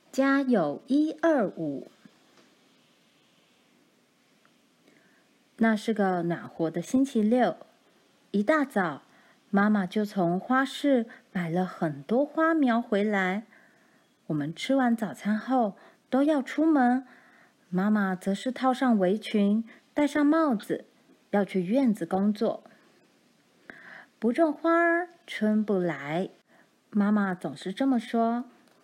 家有125。那是个暖和的星期六，一大早，妈妈就从花市买了很多花苗回来。我们吃完早餐后都要出门，妈妈则是套上围裙，戴上帽子，要去院子工作。不种花儿，春不来，妈妈总是这么说。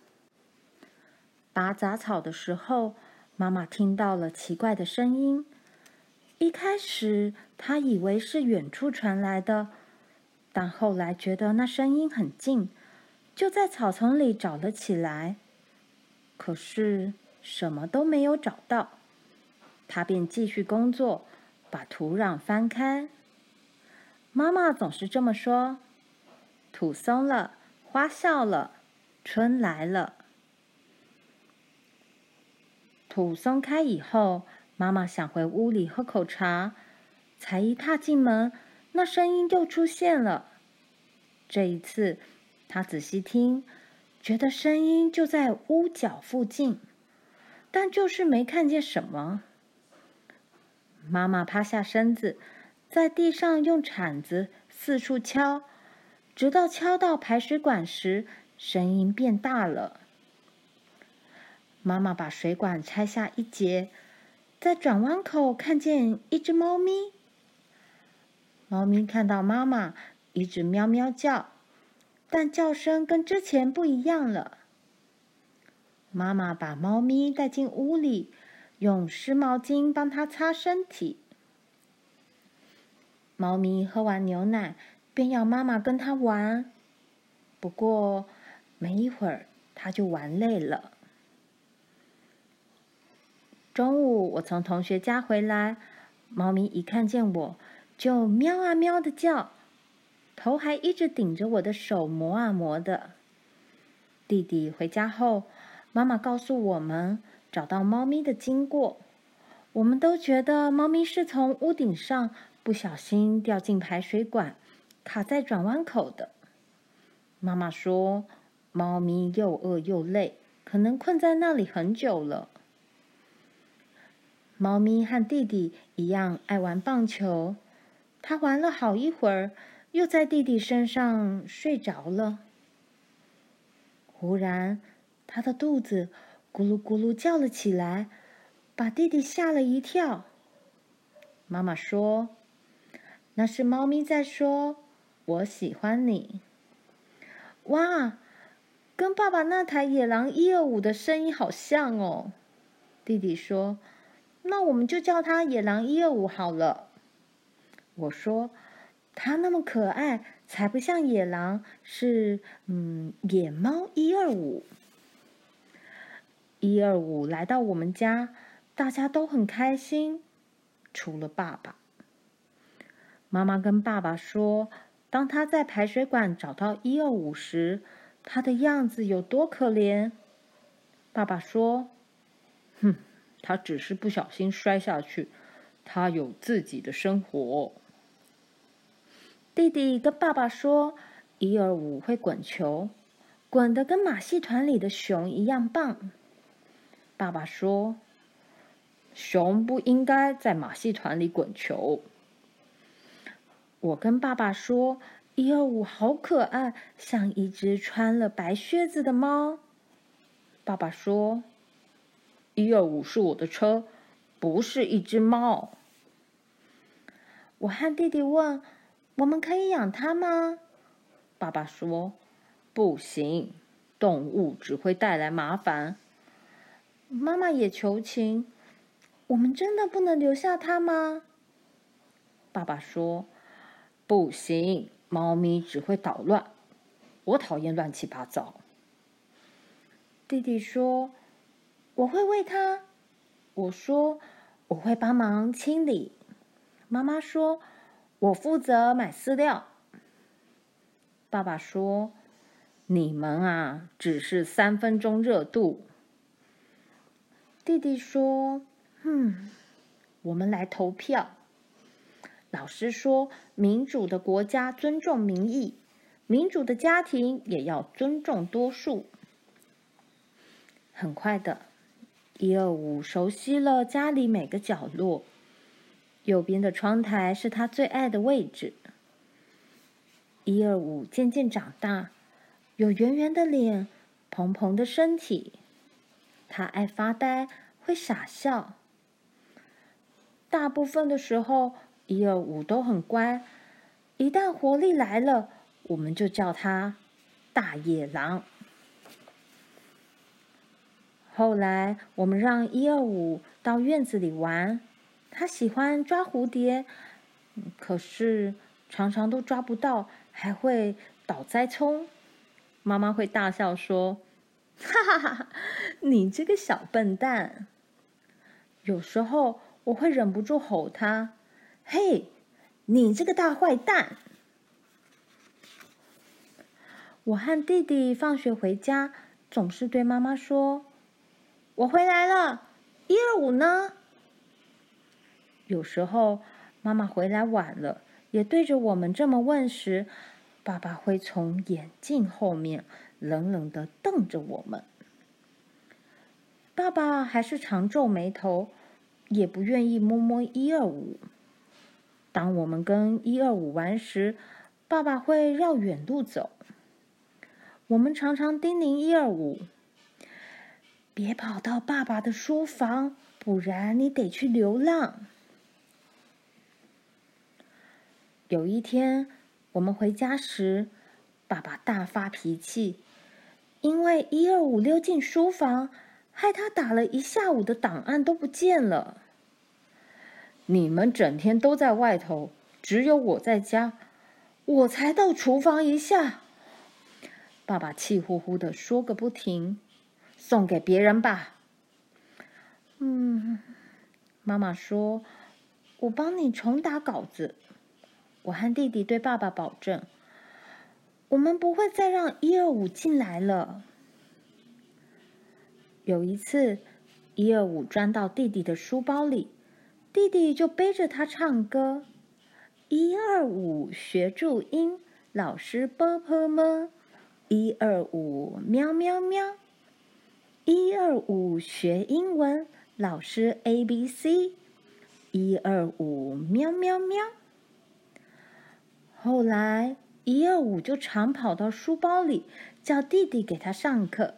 拔杂草的时候，妈妈听到了奇怪的声音。一开始，她以为是远处传来的，但后来觉得那声音很近，就在草丛里找了起来。可是什么都没有找到，她便继续工作，把土壤翻开。妈妈总是这么说：土松了，花笑了，春来了。土松开以后，妈妈想回屋里喝口茶，才一踏进门，那声音又出现了。这一次，她仔细听，觉得声音就在屋角附近，但就是没看见什么。妈妈趴下身子，在地上用铲子四处敲，直到敲到排水管时，声音变大了。妈妈把水管拆下一截，在转弯口看见一只猫咪。猫咪看到妈妈，一直喵喵叫，但叫声跟之前不一样了。妈妈把猫咪带进屋里，用湿毛巾帮它擦身体。猫咪喝完牛奶，便要妈妈跟它玩。不过没一会儿，它就玩累了。中午我从同学家回来，猫咪一看见我，就喵啊喵的叫，头还一直顶着我的手磨啊磨的。弟弟回家后，妈妈告诉我们找到猫咪的经过。我们都觉得猫咪是从屋顶上不小心掉进排水管，卡在转弯口的。妈妈说，猫咪又饿又累，可能困在那里很久了。猫咪和弟弟一样爱玩棒球，它玩了好一会儿，又在弟弟身上睡着了。忽然，它的肚子咕噜咕噜叫了起来，把弟弟吓了一跳。妈妈说，那是猫咪在说我喜欢你。哇，跟爸爸那台野狼125的声音好像哦。弟弟说，那我们就叫它野狼125好了。我说，它那么可爱，才不像野狼，是野猫125。125来到我们家，大家都很开心，除了爸爸。妈妈跟爸爸说，当他在排水管找到125时，他的样子有多可怜。爸爸说，他只是不小心摔下去，他有自己的生活。弟弟跟爸爸说，125会滚球，滚得跟马戏团里的熊一样棒。爸爸说，熊不应该在马戏团里滚球。我跟爸爸说，125好可爱，像一只穿了白靴子的猫。爸爸说，125是我的车，不是一只猫。我和弟弟问，我们可以养它吗？爸爸说，不行，动物只会带来麻烦。妈妈也求情，我们真的不能留下它吗？爸爸说，不行，猫咪只会捣乱，我讨厌乱七八糟。弟弟说，我会喂它。我说，我会帮忙清理。妈妈说，我负责买饲料。爸爸说，你们啊，只是3分钟热度。弟弟说，我们来投票。老师说，民主的国家尊重民意，民主的家庭也要尊重多数。 很快的，125熟悉了家里每个角落。右边的窗台是他最爱的位置。125渐渐长大，有圆圆的脸，蓬蓬的身体。他爱发呆，会傻笑。大部分的时候，125都很乖。一旦活力来了，我们就叫他大野狼。后来，我们让125到院子里玩，他喜欢抓蝴蝶，可是常常都抓不到，还会倒栽葱。妈妈会大笑说：“哈哈哈哈，你这个小笨蛋！”有时候我会忍不住吼他：“嘿，你这个大坏蛋！”我和弟弟放学回家，总是对妈妈说：“我回来了，125呢？”有时候妈妈回来晚了，也对着我们这么问时，爸爸会从眼镜后面冷冷地瞪着我们。爸爸还是常皱眉头，也不愿意摸摸125。当我们跟125玩时，爸爸会绕远路走。我们常常叮咛125：“别跑到爸爸的书房，不然你得去流浪。”有一天，我们回家时，爸爸大发脾气，因为125溜进书房，害他打了一下午的档案都不见了。你们整天都在外头，只有我在家，我才到厨房一下。爸爸气呼呼地说个不停，送给别人吧。妈妈说，我帮你重打稿子。我和弟弟对爸爸保证，我们不会再让125进来了。有一次，125钻到弟弟的书包里，弟弟就背着他唱歌：125学注音，老师啵啵么；125喵喵喵；125学英文，老师 ABC；125喵喵喵。后来125就常跑到书包里，叫弟弟给他上课。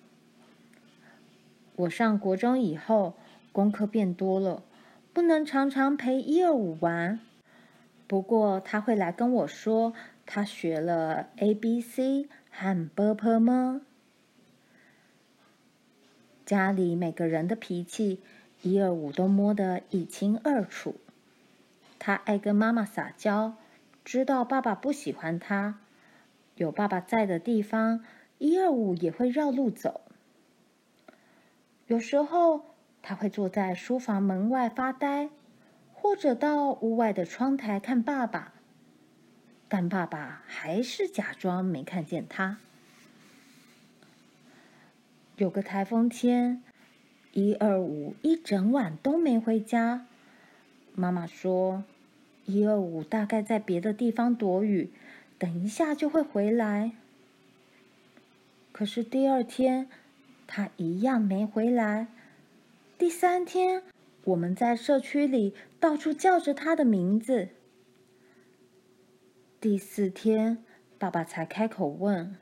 我上国中以后，功课变多了，不能常常陪125玩。不过他会来跟我说，他学了 ABC 和啵啵么。家里每个人的脾气，125都摸得一清二楚。他爱跟妈妈撒娇，知道爸爸不喜欢他。有爸爸在的地方，125也会绕路走。有时候他会坐在书房门外发呆，或者到屋外的窗台看爸爸，但爸爸还是假装没看见他。有个台风天，125一整晚都没回家。妈妈说，125大概在别的地方躲雨，等一下就会回来。可是第二天，他一样没回来。第三天，我们在社区里到处叫着他的名字。第四天，爸爸才开口问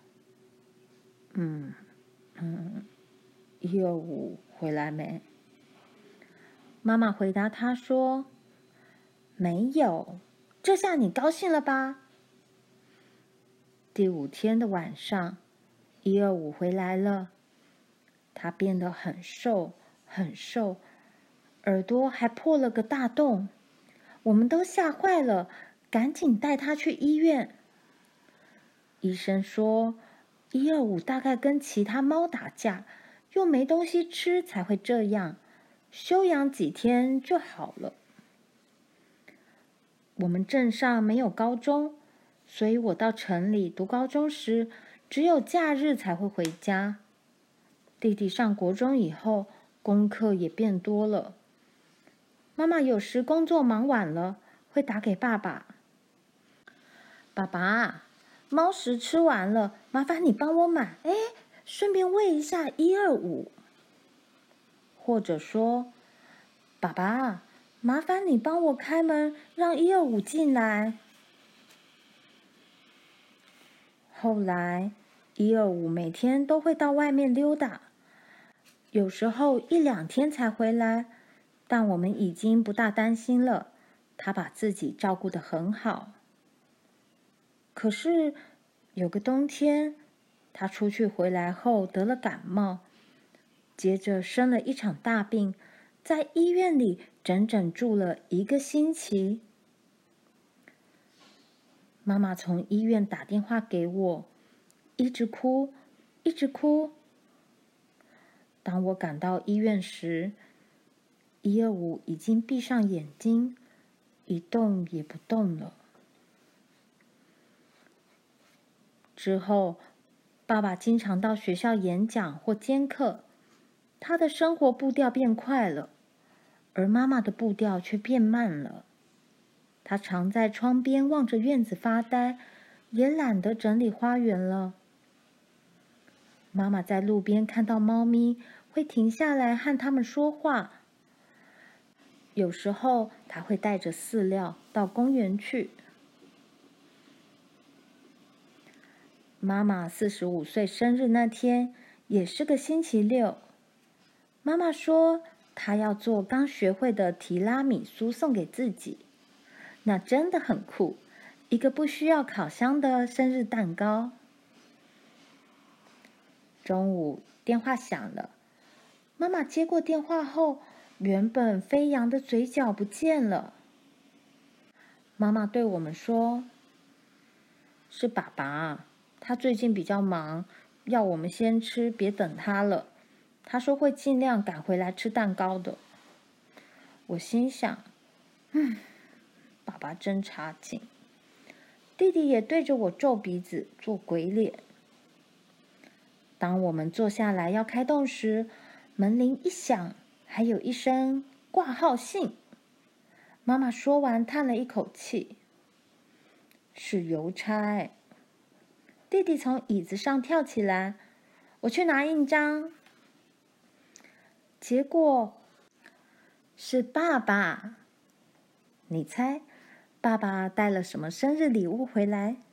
：“125回来没？”妈妈回答他说：“没有。”这下你高兴了吧？第五天的晚上，125回来了。他变得很瘦，很瘦，耳朵还破了个大洞。我们都吓坏了，赶紧带他去医院。医生说，125大概跟其他猫打架，又没东西吃才会这样，休养几天就好了。我们镇上没有高中，所以我到城里读高中时，只有假日才会回家。弟弟上国中以后，功课也变多了。妈妈有时工作忙晚了，会打给爸爸：“爸爸，猫食吃完了，麻烦你帮我买，顺便喂一下125。” 或者说：“爸爸，麻烦你帮我开门，让125进来。”后来，125每天都会到外面溜达，有时候1、2天才回来，但我们已经不大担心了，他把自己照顾得很好。可是有个冬天，他出去回来后得了感冒，接着生了一场大病，在医院里整整住了1个星期。妈妈从医院打电话给我，一直哭，一直哭。当我赶到医院时，125已经闭上眼睛，一动也不动了。之后，爸爸经常到学校演讲或兼课，他的生活步调变快了，而妈妈的步调却变慢了。他常在窗边望着院子发呆，也懒得整理花园了。妈妈在路边看到猫咪，会停下来和它们说话。有时候，他会带着饲料到公园去。妈妈45岁生日那天，也是个星期六。妈妈说，她要做刚学会的提拉米苏送给自己，那真的很酷，一个不需要烤箱的生日蛋糕。中午电话响了，妈妈接过电话后，原本飞扬的嘴角不见了。妈妈对我们说：“是爸爸，他最近比较忙，要我们先吃，别等他了。他说会尽量赶回来吃蛋糕的。”我心想：“爸爸真差劲。”弟弟也对着我皱鼻子，做鬼脸。当我们坐下来要开动时，门铃一响，还有一声挂号信。妈妈说完，叹了一口气：“是邮差。”弟弟从椅子上跳起来：“我去拿印章。”结果是爸爸。你猜，爸爸带了什么生日礼物回来？